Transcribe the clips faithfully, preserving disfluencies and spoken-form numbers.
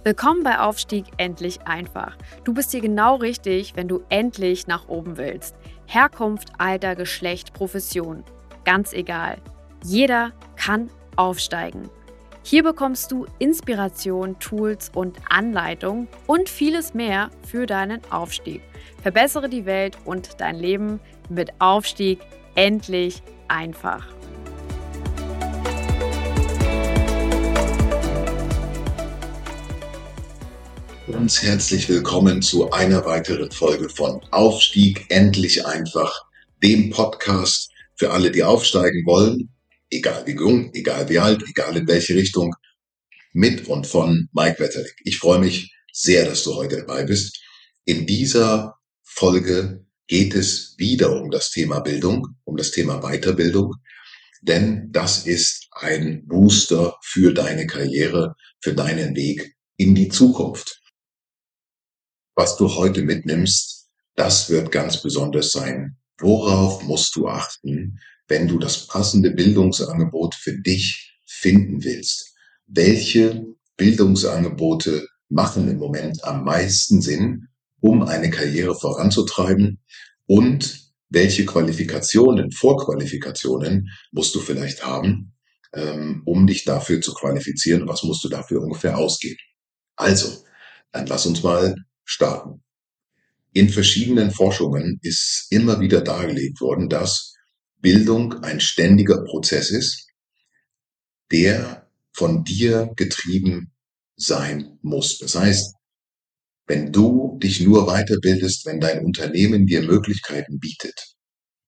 Willkommen bei Aufstieg endlich einfach. Du bist hier genau richtig, wenn du endlich nach oben willst. Herkunft, Alter, Geschlecht, Profession. Ganz egal. Jeder kann aufsteigen. Hier bekommst du Inspiration, Tools und Anleitung und vieles mehr für deinen Aufstieg. Verbessere die Welt und dein Leben mit Aufstieg endlich einfach. Ganz herzlich willkommen zu einer weiteren Folge von Aufstieg endlich einfach, dem Podcast für alle, die aufsteigen wollen, egal wie jung, egal wie alt, egal in welche Richtung, mit und von Mike Wetterling. Ich freue mich sehr, dass du heute dabei bist. In dieser Folge geht es wieder um das Thema Bildung, um das Thema Weiterbildung, denn das ist ein Booster für deine Karriere, für deinen Weg in die Zukunft. Was du heute mitnimmst, das wird ganz besonders sein. Worauf musst du achten, wenn du das passende Bildungsangebot für dich finden willst? Welche Bildungsangebote machen im Moment am meisten Sinn, um eine Karriere voranzutreiben? Und welche Qualifikationen, Vorqualifikationen musst du vielleicht haben, ähm, um dich dafür zu qualifizieren? Was musst du dafür ungefähr ausgeben? Also, dann lass uns mal starten. In verschiedenen Forschungen ist immer wieder dargelegt worden, dass Bildung ein ständiger Prozess ist, der von dir getrieben sein muss. Das heißt, wenn du dich nur weiterbildest, wenn dein Unternehmen dir Möglichkeiten bietet,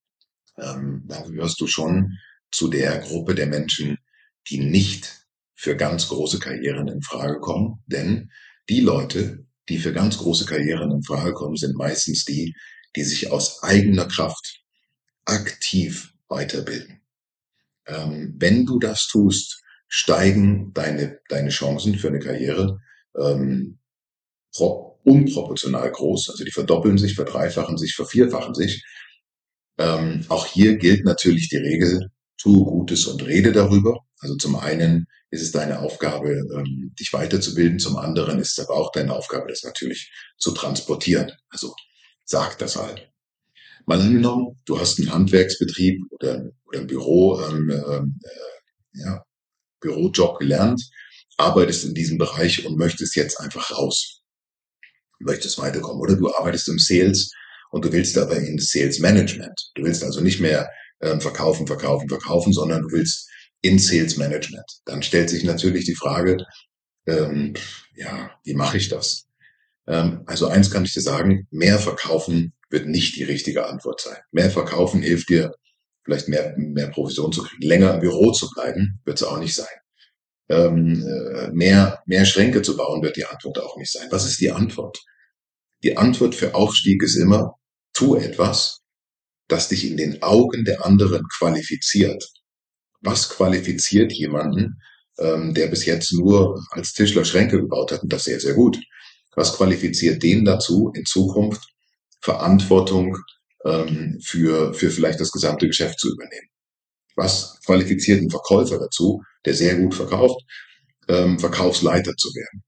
ähm, dann gehörst du schon zu der Gruppe der Menschen, die nicht für ganz große Karrieren in Frage kommen. Denn die Leute, die für ganz große Karrieren in Frage kommen, sind meistens die, die sich aus eigener Kraft aktiv weiterbilden. Ähm, wenn du das tust, steigen deine, deine Chancen für eine Karriere ähm, pro, unproportional groß. Also die verdoppeln sich, verdreifachen sich, vervierfachen sich. Ähm, auch hier gilt natürlich die Regel, tue Gutes und rede darüber. Also zum einen ist es deine Aufgabe, ähm, dich weiterzubilden, zum anderen ist es aber auch deine Aufgabe, das natürlich zu transportieren. Also sag das halt. Mal angenommen, du hast einen Handwerksbetrieb oder, oder ein Büro, ähm, ähm, äh, ja, Bürojob gelernt, arbeitest in diesem Bereich und möchtest jetzt einfach raus, möchtest weiterkommen. Oder du arbeitest im Sales und du willst aber in Sales Management. Du willst also nicht mehr ähm, verkaufen, verkaufen, verkaufen, sondern du willst in Sales Management. Dann stellt sich natürlich die Frage, ähm, ja, wie mache ich das? Ähm, also eins kann ich dir sagen, mehr verkaufen wird nicht die richtige Antwort sein. Mehr verkaufen hilft dir, vielleicht mehr, mehr Provision zu kriegen. Länger im Büro zu bleiben, wird es auch nicht sein. Ähm, äh, mehr, mehr Schränke zu bauen, wird die Antwort auch nicht sein. Was ist die Antwort? Die Antwort für Aufstieg ist immer, tu etwas, das dich in den Augen der anderen qualifiziert. Was qualifiziert jemanden, ähm, der bis jetzt nur als Tischler Schränke gebaut hat und das sehr, sehr gut? Was qualifiziert den dazu, in Zukunft Verantwortung ähm, für, für vielleicht das gesamte Geschäft zu übernehmen? Was qualifiziert einen Verkäufer dazu, der sehr gut verkauft, ähm, Verkaufsleiter zu werden?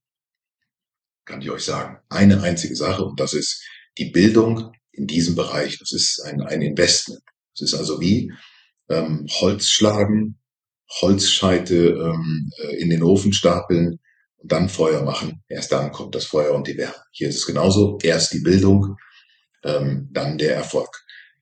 Kann ich euch sagen. Eine einzige Sache und das ist die Bildung in diesem Bereich. Das ist ein, ein Investment. Das ist also wie ähm, Holz schlagen, Holzscheite ähm, äh, in den Ofen stapeln und dann Feuer machen. Erst dann kommt das Feuer und die Wärme. Hier ist es genauso. Erst die Bildung, ähm, dann der Erfolg.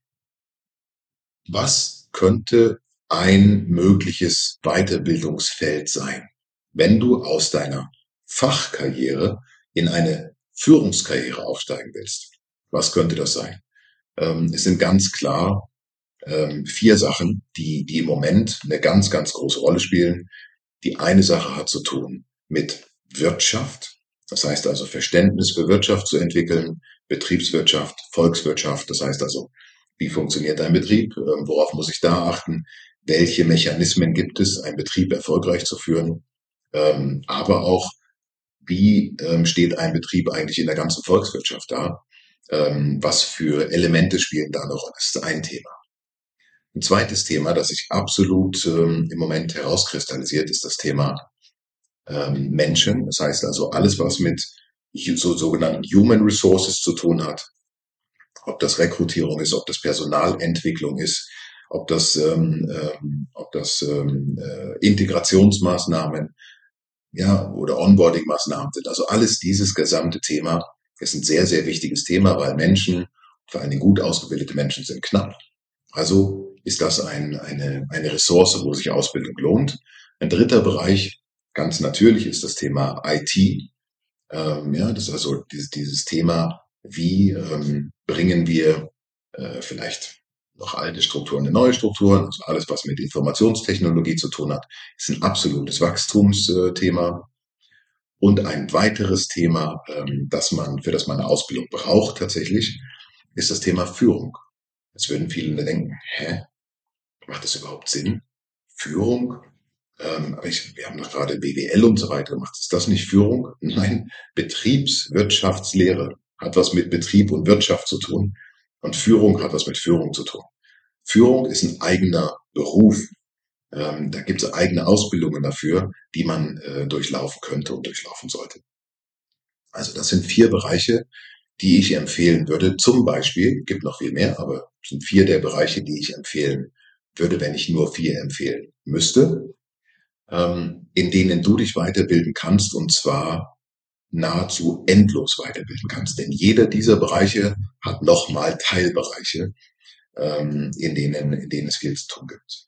Was könnte ein mögliches Weiterbildungsfeld sein, wenn du aus deiner Fachkarriere in eine Führungskarriere aufsteigen willst? Was könnte das sein? Ähm, es sind ganz klar ähm, vier Sachen, die, die im Moment eine ganz, ganz große Rolle spielen. Die eine Sache hat zu tun mit Wirtschaft. Das heißt also Verständnis für Wirtschaft zu entwickeln, Betriebswirtschaft, Volkswirtschaft. Das heißt also, wie funktioniert ein Betrieb? Ähm, worauf muss ich da achten? Welche Mechanismen gibt es, einen Betrieb erfolgreich zu führen? Ähm, aber auch, wie ähm, steht ein Betrieb eigentlich in der ganzen Volkswirtschaft da? Ähm, was für Elemente spielen da eine Rolle? Das ist ein Thema. Ein zweites Thema, das sich absolut ähm, im Moment herauskristallisiert, ist das Thema ähm, Menschen. Das heißt also alles, was mit so sogenannten Human Resources zu tun hat. Ob das Rekrutierung ist, ob das Personalentwicklung ist, ob das, ähm, ähm, ob das ähm, äh, Integrationsmaßnahmen, ja, oder Onboarding-Maßnahmen sind. Also alles dieses gesamte Thema ist ein sehr, sehr wichtiges Thema, weil Menschen, vor allem gut ausgebildete Menschen, sind knapp. Also ist das ein, eine, eine Ressource, wo sich Ausbildung lohnt. Ein dritter Bereich, ganz natürlich, ist das Thema I T. Ähm, ja, das ist also dieses, dieses Thema, wie ähm, bringen wir äh, vielleicht noch alte Strukturen in neue Strukturen, also alles, was mit Informationstechnologie zu tun hat, ist ein absolutes Wachstumsthema. Und ein weiteres Thema, ähm, das man, für das man eine Ausbildung braucht tatsächlich, ist das Thema Führung. Jetzt würden viele denken, hä, macht das überhaupt Sinn? Führung? Ähm, aber ich, wir haben doch gerade B W L und so weiter gemacht. Ist das nicht Führung? Nein, Betriebswirtschaftslehre hat was mit Betrieb und Wirtschaft zu tun. Und Führung hat was mit Führung zu tun. Führung ist ein eigener Beruf. Ähm, da gibt es eigene Ausbildungen dafür, die man äh, durchlaufen könnte und durchlaufen sollte. Also das sind vier Bereiche, die ich empfehlen würde. Zum Beispiel, gibt noch viel mehr, aber es sind vier der Bereiche, die ich empfehlen würde, wenn ich nur vier empfehlen müsste, ähm, in denen du dich weiterbilden kannst, und zwar nahezu endlos weiterbilden kannst. Denn jeder dieser Bereiche hat nochmal Teilbereiche, ähm, in denen, in denen es viel zu tun gibt.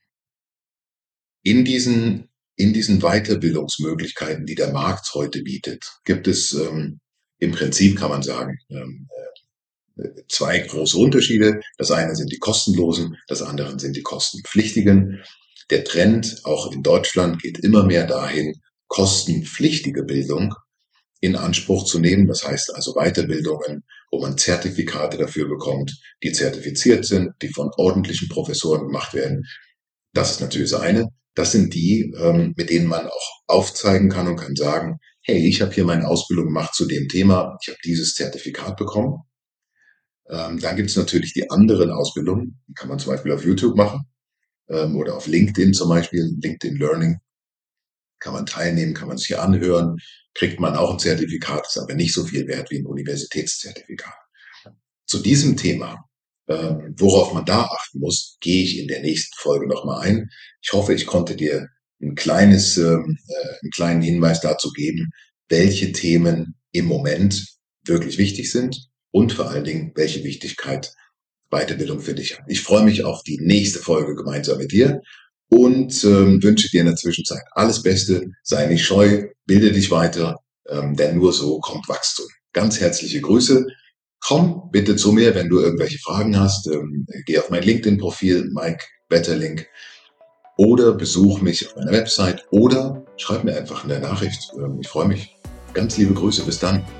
In diesen, in diesen Weiterbildungsmöglichkeiten, die der Markt heute bietet, gibt es ähm, im Prinzip, kann man sagen, ähm, zwei große Unterschiede. Das eine sind die kostenlosen, das andere sind die kostenpflichtigen. Der Trend, auch in Deutschland, geht immer mehr dahin, kostenpflichtige Bildung in Anspruch zu nehmen. Das heißt also Weiterbildungen, wo man Zertifikate dafür bekommt, die zertifiziert sind, die von ordentlichen Professoren gemacht werden. Das ist natürlich das eine. Das sind die, ähm, mit denen man auch aufzeigen kann und kann sagen, hey, ich habe hier meine Ausbildung gemacht zu dem Thema, ich habe dieses Zertifikat bekommen. Ähm, dann gibt es natürlich die anderen Ausbildungen, die kann man zum Beispiel auf YouTube machen ähm, oder auf LinkedIn zum Beispiel, LinkedIn Learning, kann man teilnehmen, kann man sich hier anhören, kriegt man auch ein Zertifikat, ist aber nicht so viel wert wie ein Universitätszertifikat. Zu diesem Thema, ähm, worauf man da achten muss, gehe ich in der nächsten Folge nochmal ein. Ich hoffe, ich konnte dir ein kleines, ähm, äh, einen kleinen Hinweis dazu geben, welche Themen im Moment wirklich wichtig sind und vor allen Dingen, welche Wichtigkeit Weiterbildung für dich hat. Ich freue mich auf die nächste Folge gemeinsam mit dir und ähm, wünsche dir in der Zwischenzeit alles Beste, sei nicht scheu, bilde dich weiter, ähm, denn nur so kommt Wachstum. Ganz herzliche Grüße. Komm bitte zu mir, wenn du irgendwelche Fragen hast. Ähm, geh auf mein LinkedIn-Profil, Mike Wetterling, oder besuch mich auf meiner Website oder schreib mir einfach eine Nachricht. Ähm, ich freue mich. Ganz liebe Grüße, bis dann.